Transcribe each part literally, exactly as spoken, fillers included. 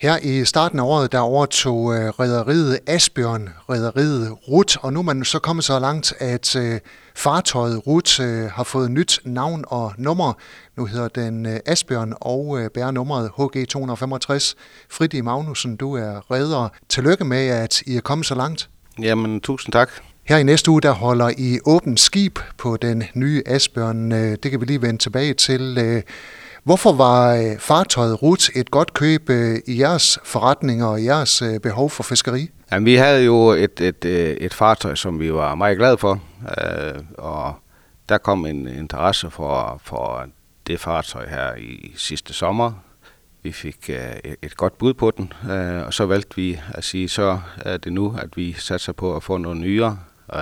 Her i starten af året, der overtog uh, rederiet Asbjørn, rederiet Ruth, og nu er man så kommet så langt, at uh, fartøjet Ruth uh, har fået nyt navn og nummer. Nu hedder den uh, Asbjørn og uh, bærer nummeret H G to hundrede og femogtres. Fridi Magnussen, du er reder. Tillykke med, at I er kommet så langt. Jamen, tusind tak. Her i næste uge, der holder I åbent skib på den nye Asbjørn. Det kan vi lige vende tilbage til. Hvorfor var fartøjet Ruth et godt køb i jeres forretninger og jeres behov for fiskeri? Jamen, vi havde jo et, et, et fartøj, som vi var meget glade for, og der kom en interesse for, for det fartøj her i sidste sommer. Vi fik et godt bud på den, og så valgte vi at sige, så er det nu, at vi satser på at få nogle nyere.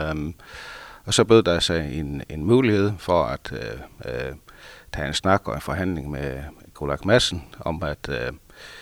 Og så bød der sig en, en mulighed for at tage en snak og en forhandling med Gulak Madsen om, at øh,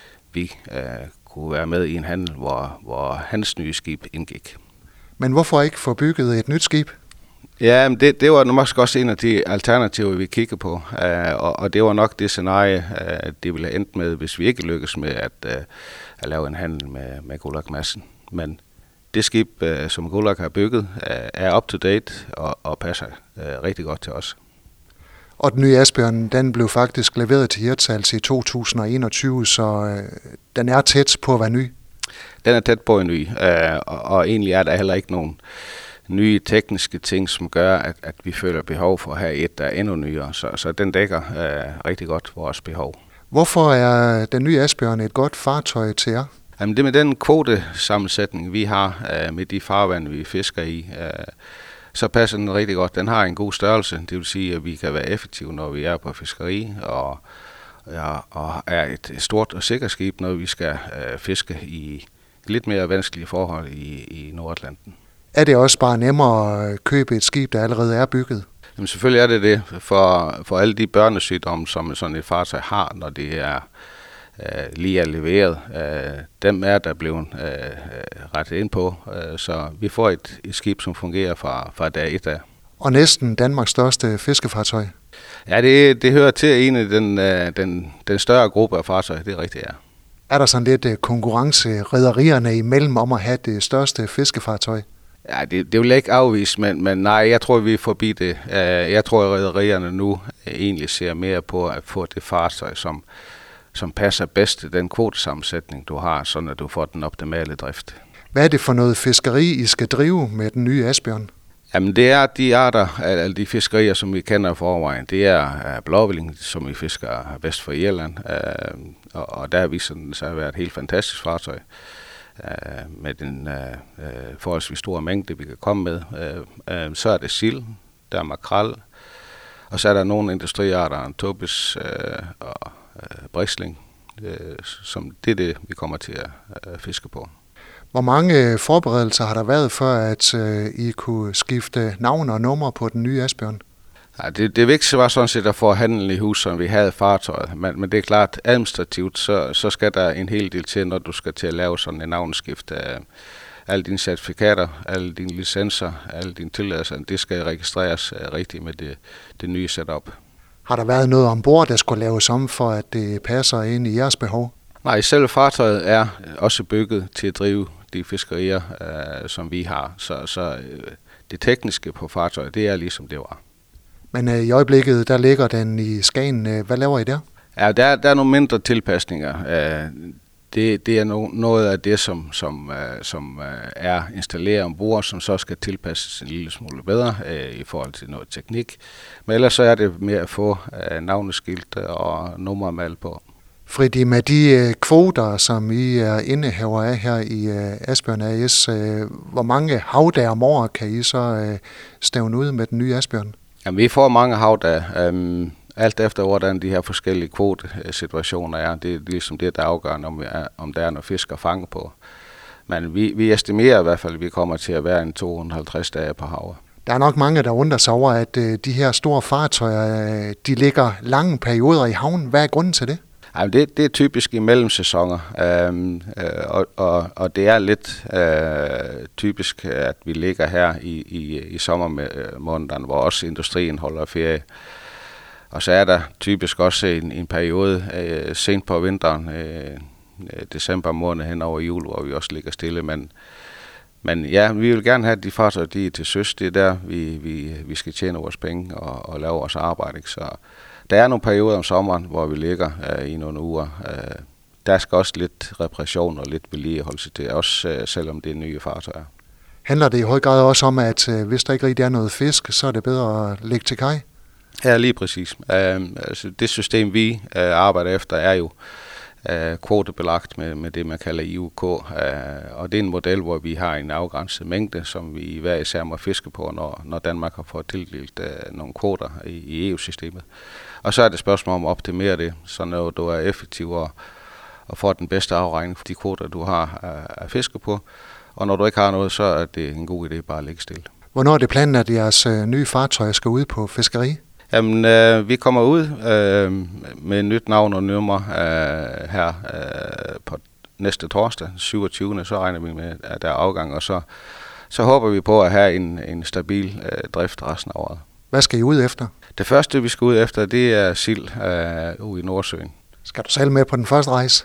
vi øh, kunne være med i en handel, hvor, hvor hans nye skib indgik. Men hvorfor ikke få bygget et nyt skib? Ja, men det, det var måske også en af de alternativer, vi kiggede på, øh, og, og det var nok det scenarie, øh, det ville have endt med, hvis vi ikke lykkes med at, øh, at lave en handel med, med Gulak Madsen. Men det skib, øh, som Gulak har bygget, øh, er up to date og, og passer øh, rigtig godt til os. Og den nye Asbjørn, den blev faktisk leveret til Hirtshals i to tusind og enogtyve, så øh, den er tæt på at være ny. Den er tæt på at være ny, øh, og, og egentlig er der heller ikke nogen nye tekniske ting, som gør, at, at vi føler behov for at have et, der er endnu nyere. Så, så den dækker øh, rigtig godt vores behov. Hvorfor er den nye Asbjørn et godt fartøj til jer? Jamen det med den kvotesammensætning, vi har øh, med de farvande, vi fisker i, øh, så passer den rigtig godt. Den har en god størrelse, det vil sige, at vi kan være effektive, når vi er på fiskeri, og, ja, og er et stort og sikkert skib, når vi skal øh, fiske i lidt mere vanskelige forhold i, i Nordatlanten. Er det også bare nemmere at købe et skib, der allerede er bygget? Jamen selvfølgelig er det det, for, for alle de børnesygdomme, som sådan et fartøj har, når det er øh, lige er leveret. Øh, dem er der blevet øh, rettet ind på, øh, så vi får et, et skib, som fungerer fra, fra dag et af. Og næsten Danmarks største fiskefartøj? Ja, det, det hører til en af den, øh, den, den større gruppe af fartøjer, det er rigtigt, ja. Er der sådan lidt konkurrence rederierne imellem om at have det største fiskefartøj? Ja, det, det vil jeg ikke afvise, men, men nej, jeg tror, vi er forbi det. Jeg tror, at rederierne nu egentlig ser mere på at få det fartøj, som, som passer bedst til den kvotesammensætning, du har, sådan at du får den optimale drift. Hvad er det for noget fiskeri, I skal drive med den nye Asbjørn? Jamen, det er de arter, alle de fiskerier, som vi kender forvejen. Det er blåhvilling, som vi fisker vest for Irland, og, og der har vist sig at være et helt fantastisk fartøj. Uh, med den uh, uh, forholdsvis store mængde, vi kan komme med. Uh, uh, så er det sild, der er makrel, og så er der nogle industriarter, en tobis uh, og uh, brisling, uh, som det er det, vi kommer til at uh, fiske på. Hvor mange forberedelser har der været, før at uh, I kunne skifte navn og nummer på den nye Asbjørn? Ja, det, det vigtigste var sådan set at få handlen i hus, som vi havde fartøjet. Men, men det er klart, administrativt, så, så skal der en hel del til, når du skal til at lave sådan en navneskift. Alle dine certifikater, alle dine licenser, alle dine tilladelser, det skal registreres rigtigt med det, det nye setup. Har der været noget ombord, der skulle laves om, for at det passer ind i jeres behov? Nej, selv fartøjet er også bygget til at drive de fiskerier, øh, som vi har. Så, så øh, det tekniske på fartøjet, det er ligesom det var. Men øh, i øjeblikket, der ligger den i Skagen. Hvad laver I der? Ja, der, der er nogle mindre tilpasninger. Øh, det, det er no, noget af det, som, som, øh, som øh, er installeret ombord, som så skal tilpasses en lille smule bedre øh, i forhold til noget teknik. Men ellers så er det med at få øh, navneskilt og nummermal på. Fridi, med de øh, kvoter, som I er indehaver af her i øh, Asbjørn A S, øh, hvor mange havdage om året kan I så øh, stævne ud med den nye Asbjørn? Jamen, vi får mange havdage, um, alt efter hvordan de her forskellige kvotesituationer er. Det er ligesom det, der afgør, om, om der er noget fisk at fange på. Men vi, vi estimerer i hvert fald, at vi kommer til at være en to hundrede og halvtreds dage på havet. Der er nok mange, der undrer sig over, at øh, de her store fartøjer, øh, de ligger lange perioder i havnen. Hvad er grunden til det? Jamen, det, det er typisk i mellemsæsoner, øhm, øh, og, og, og det er lidt øh, typisk, at vi ligger her i, i, i sommermånederne, hvor også industrien holder ferie. Og så er der typisk også en, en periode øh, sent på vinteren, øh, december måned hen over jul, hvor vi også ligger stille. Men, men ja, vi vil gerne have, at de fartøjer, de er til søs. Det er der, vi, vi, vi skal tjene vores penge og, og lave vores arbejde. Ikke? Så der er nogle perioder om sommeren, hvor vi ligger øh, i nogle uger. Øh, der skal også lidt reparation og lidt vedligeholdelse til, også øh, selvom det er nye fartøjer. Handler det i høj grad også om, at øh, hvis der ikke rigtig er noget fisk, så er det bedre at lægge til kaj? Ja, lige præcis. Uh, altså det system, vi uh, arbejder efter, er jo uh, kvotebelagt med, med det, man kalder I U K. Uh, og det er en model, hvor vi har en afgrænset mængde, som vi hver især må fiske på, når, når Danmark har fået tildelt uh, nogle kvoter i, i E U-systemet. Og så er det spørgsmål om at optimere det, så når du er effektiv og, og får den bedste afregning for de kvoter, du har uh, at fiske på. Og når du ikke har noget, så er det en god idé bare at ligge stille. Hvornår er det planen, at jeres øh, nye fartøjer skal ud på fiskeri? Jamen, øh, vi kommer ud øh, med et nyt navn og nummer øh, her øh, på næste torsdag, syvogtyvende Så regner vi med, at der er afgang, og så, så håber vi på at have en, en stabil øh, drift resten af året. Hvad skal I ud efter? Det første, vi skal ud efter, det er sild øh, ude i Nordsøen. Skal du selv med på den første rejse?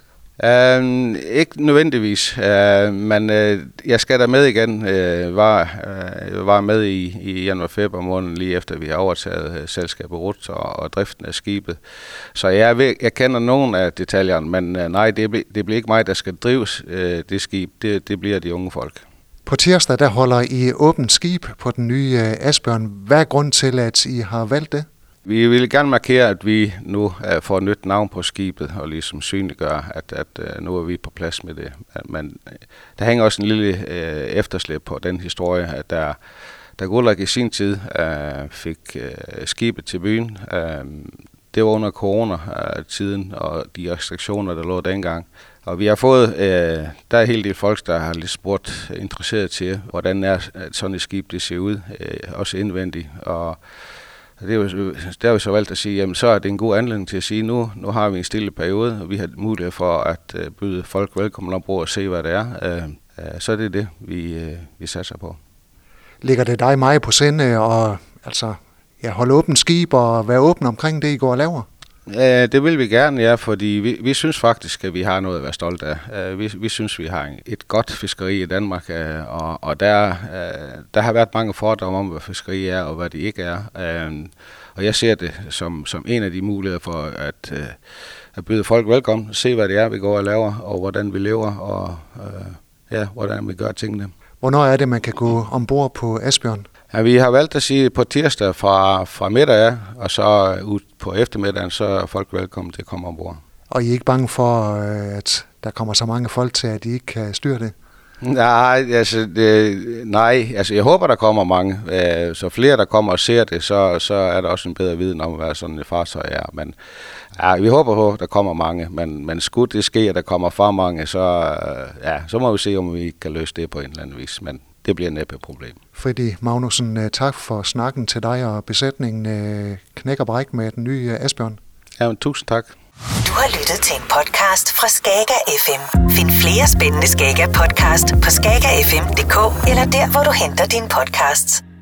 Uh, ikke nødvendigvis, uh, men uh, jeg skal der med igen. Uh, var, uh, var med i, i januar-februar måned, lige efter vi har overtaget uh, selskabet Ruth og, og driften af skibet. Så jeg, ved, jeg kender nogle af detaljerne, men uh, nej, det, ble, det bliver ikke mig, der skal drives uh, det skib. Det, det bliver de unge folk. På tirsdag der holder I åbent skib på den nye uh, Asbjørn. Hvad er grunden til, at I har valgt det? Vi vil gerne markere, at vi nu uh, får et nyt navn på skibet, og ligesom synliggøre, at, at uh, nu er vi på plads med det. Men uh, der hænger også en lille uh, efterslæb på den historie, at der, der Gullak i sin tid uh, fik uh, skibet til byen. Uh, det var under corona-tiden og de restriktioner, der lå dengang. Og vi har fået, uh, der er en hel del folk, der har lidt spurgt interesseret til, hvordan er sådan et skib, det ser ud, uh, også indvendigt. Og Det er jo, der er jo så valgt at sige, jamen så er det en god anledning til at sige, nu, nu har vi en stille periode, og vi har mulighed for at uh, byde folk velkommen ombord og se, hvad det er. Uh, uh, så er det det, vi, uh, vi satser på. Ligger det dig meget på sinde og altså, ja, holde åbent skib og være åben omkring det, I går og laver? Uh, det vil vi gerne, ja, fordi vi, vi synes faktisk, at vi har noget at være stolt af. Uh, vi, vi synes, vi har et godt fiskeri i Danmark, uh, og, og der, uh, der har været mange fordomme om, hvad fiskeri er og hvad det ikke er. Uh, og jeg ser det som, som en af de muligheder for at, uh, at byde folk velkommen, se hvad det er, vi går og laver, og hvordan vi lever, og uh, ja, hvordan vi gør tingene. Hvornår er det, man kan gå ombord på Asbjørn? Ja, vi har valgt at sige på tirsdag fra, fra middag af, og så ud på eftermiddagen, så er folk velkommen til at komme ombord. Og I er ikke bange for, at der kommer så mange folk til, at I ikke kan styre det? Nej, altså, det, nej, altså jeg håber, der kommer mange. Så flere, der kommer og ser det, så, så er der også en bedre viden om, hvad sådan et fartøj er. Men ja, vi håber på, at der kommer mange, men, men skulle det ske, at der kommer for mange, så, ja, så må vi se, om vi kan løse det på en eller anden vis. Men det bliver næppe et problem. Fridi Magnussen, tak for snakken til dig og besætningen Knæk og Bræk med den nye Asbjørn. Ja, tusind tak. Du har lyttet til en podcast fra Skager F M. Find flere spændende Skager podcast på skager f m punktum d k eller der, hvor du henter dine podcasts.